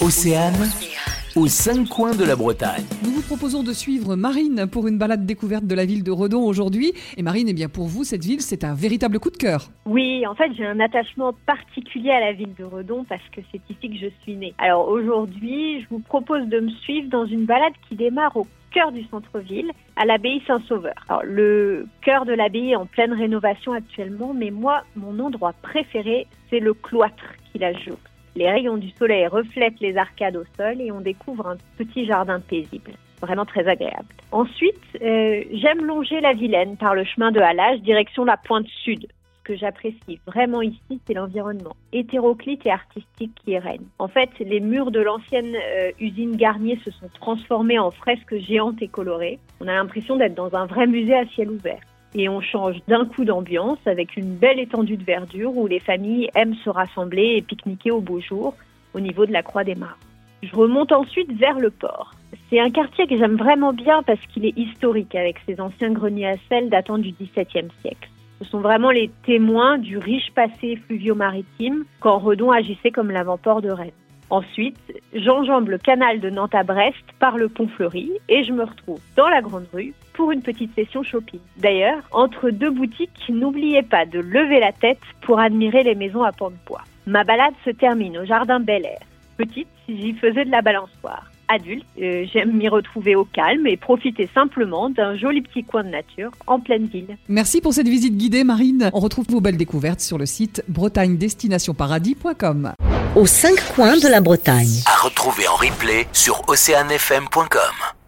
Océane, aux 5 coins de la Bretagne. Nous vous proposons de suivre Marine pour une balade découverte de la ville de Redon aujourd'hui. Et Marine, eh bien pour vous, cette ville, c'est un véritable coup de cœur. Oui, en fait, j'ai un attachement particulier à la ville de Redon parce que c'est ici que je suis née. Alors aujourd'hui, je vous propose de me suivre dans une balade qui démarre au cœur du centre-ville, à l'abbaye Saint-Sauveur. Alors, le cœur de l'abbaye est en pleine rénovation actuellement, mais moi, mon endroit préféré, c'est le cloître qui la joue. Les rayons du soleil reflètent les arcades au sol et on découvre un petit jardin paisible. Vraiment très agréable. Ensuite, j'aime longer la Vilaine par le chemin de halage, direction la pointe sud. Ce que j'apprécie vraiment ici, c'est l'environnement hétéroclite et artistique qui y règne. En fait, les murs de l'ancienne usine Garnier se sont transformés en fresques géantes et colorées. On a l'impression d'être dans un vrai musée à ciel ouvert. Et on change d'un coup d'ambiance avec une belle étendue de verdure où les familles aiment se rassembler et pique-niquer au beau jour au niveau de la Croix des Mares. Je remonte ensuite vers le port. C'est un quartier que j'aime vraiment bien parce qu'il est historique avec ses anciens greniers à sel datant du XVIIe siècle. Ce sont vraiment les témoins du riche passé fluvio-maritime quand Redon agissait comme l'avant-port de Rennes. Ensuite, j'enjambe le canal de Nantes à Brest par le pont Fleury et je me retrouve dans la Grande Rue pour une petite session shopping. D'ailleurs, entre deux boutiques, n'oubliez pas de lever la tête pour admirer les maisons à pans de bois. Ma balade se termine au jardin Bel Air. Petite, j'y faisais de la balançoire. Adulte, j'aime m'y retrouver au calme et profiter simplement d'un joli petit coin de nature en pleine ville. Merci pour cette visite guidée, Marine. On retrouve vos belles découvertes sur le site bretagnedestinationparadis.com. Aux 5 coins de la Bretagne. À retrouver en replay sur oceanfm.com.